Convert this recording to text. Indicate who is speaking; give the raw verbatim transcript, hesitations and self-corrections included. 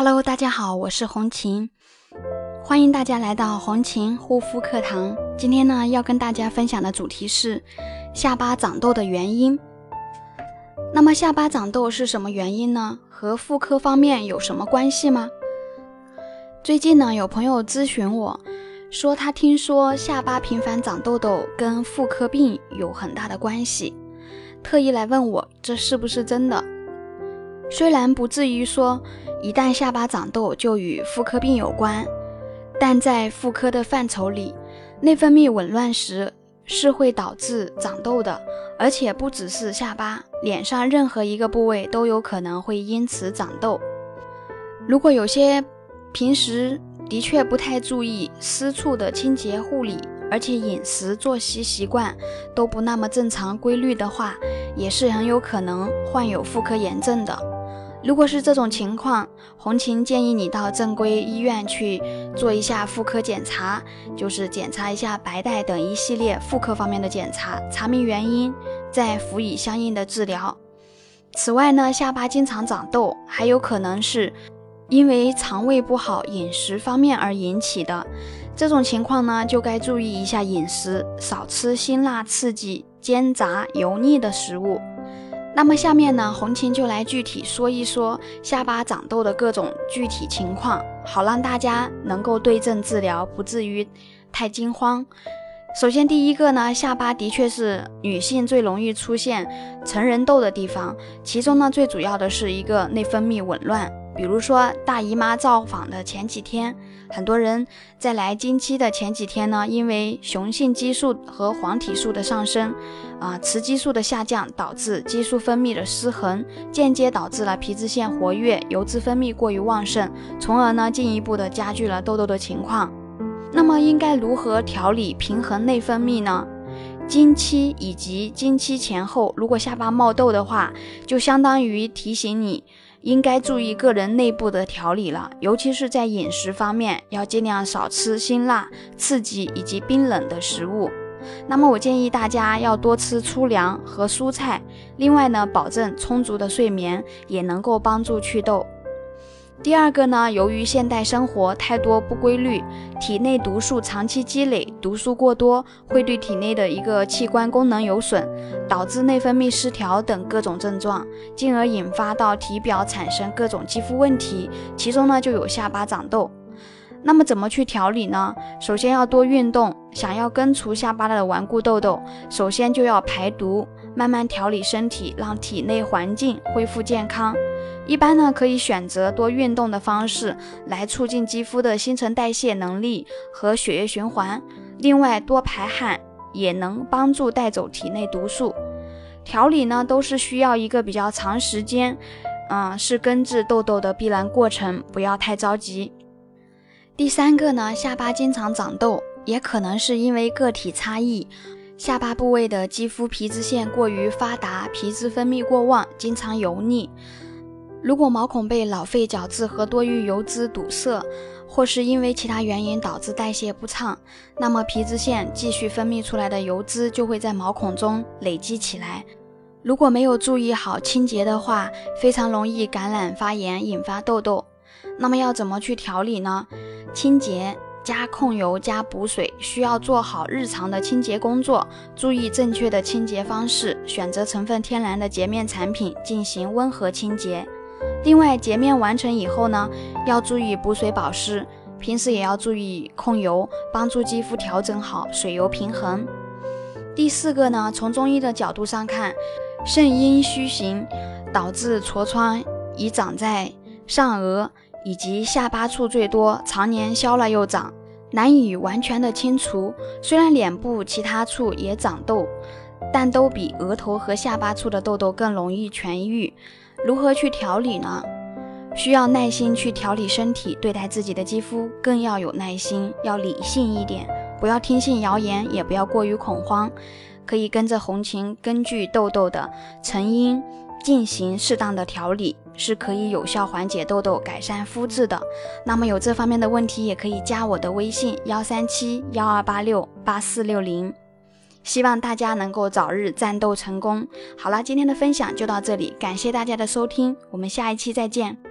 Speaker 1: Hello， 大家好，我是红琴，欢迎大家来到红琴护肤课堂。今天呢，要跟大家分享的主题是下巴长痘的原因。那么下巴长痘是什么原因呢？和妇科方面有什么关系吗？最近呢，有朋友咨询我，说他听说下巴频繁长痘痘跟妇科病有很大的关系，特意来问我这是不是真的。虽然不至于说一旦下巴长痘就与妇科病有关，但在妇科的范畴里，内分泌紊乱时是会导致长痘的，而且不只是下巴，脸上任何一个部位都有可能会因此长痘。如果有些平时的确不太注意私处的清洁护理，而且饮食作息习惯都不那么正常规律的话，也是很有可能患有妇科炎症的。如果是这种情况，红琴建议你到正规医院去做一下妇科检查，就是检查一下白带等一系列妇科方面的检查，查明原因，再辅以相应的治疗。此外呢，下巴经常长痘还有可能是因为肠胃不好、饮食方面而引起的。这种情况呢，就该注意一下饮食，少吃辛辣刺激、煎炸油腻的食物。那么下面呢，红琴就来具体说一说下巴长痘的各种具体情况，好让大家能够对症治疗，不至于太惊慌。首先第一个呢，下巴的确是女性最容易出现成人痘的地方，其中呢最主要的是一个内分泌紊乱。比如说大姨妈造访的前几天，很多人在来经期的前几天呢，因为雄性激素和黄体素的上升，啊、呃，雌激素的下降，导致激素分泌的失衡，间接导致了皮脂腺活跃，油脂分泌过于旺盛，从而呢进一步的加剧了痘痘的情况。那么应该如何调理平衡内分泌呢？经期以及经期前后，如果下巴冒痘的话，就相当于提醒你应该注意个人内部的调理了，尤其是在饮食方面，要尽量少吃辛辣、刺激以及冰冷的食物。那么我建议大家要多吃粗粮和蔬菜，另外呢，保证充足的睡眠，也能够帮助祛痘。第二个呢，由于现代生活太多不规律，体内毒素长期积累，毒素过多会对体内的一个器官功能有损，导致内分泌失调等各种症状，进而引发到体表产生各种肌肤问题，其中呢就有下巴长痘。那么怎么去调理呢？首先要多运动，想要根除下巴的顽固痘痘，首先就要排毒，慢慢调理身体，让体内环境恢复健康。一般呢，可以选择多运动的方式来促进肌肤的新陈代谢能力和血液循环。另外，多排汗也能帮助带走体内毒素。调理呢，都是需要一个比较长时间，嗯，是根治痘痘的必然过程，不要太着急。第三个呢，下巴经常长痘，也可能是因为个体差异。下巴部位的肌肤皮脂腺过于发达，皮脂分泌过旺，经常油腻。如果毛孔被老废角质和多余油脂堵塞，或是因为其他原因导致代谢不畅，那么皮脂腺继续分泌出来的油脂就会在毛孔中累积起来。如果没有注意好清洁的话，非常容易感染发炎，引发痘痘。那么要怎么去调理呢？清洁加控油加补水，需要做好日常的清洁工作，注意正确的清洁方式，选择成分天然的洁面产品进行温和清洁。另外，洁面完成以后呢，要注意补水保湿，平时也要注意控油，帮助肌肤调整好水油平衡。第四个呢，从中医的角度上看，肾阴虚行导致痤疮已长在上颚以及下巴处最多，常年消了又长，难以完全的清除。虽然脸部其他处也长痘，但都比额头和下巴处的痘痘更容易痊愈。如何去调理呢？需要耐心去调理身体，对待自己的肌肤更要有耐心，要理性一点，不要听信谣言，也不要过于恐慌。可以跟着红琴根据痘痘的成因进行适当的调理，是可以有效缓解痘痘，改善肤质的。那么有这方面的问题，也可以加我的微信幺三七幺二八六八四六零。希望大家能够早日战斗成功。好了，今天的分享就到这里，感谢大家的收听，我们下一期再见。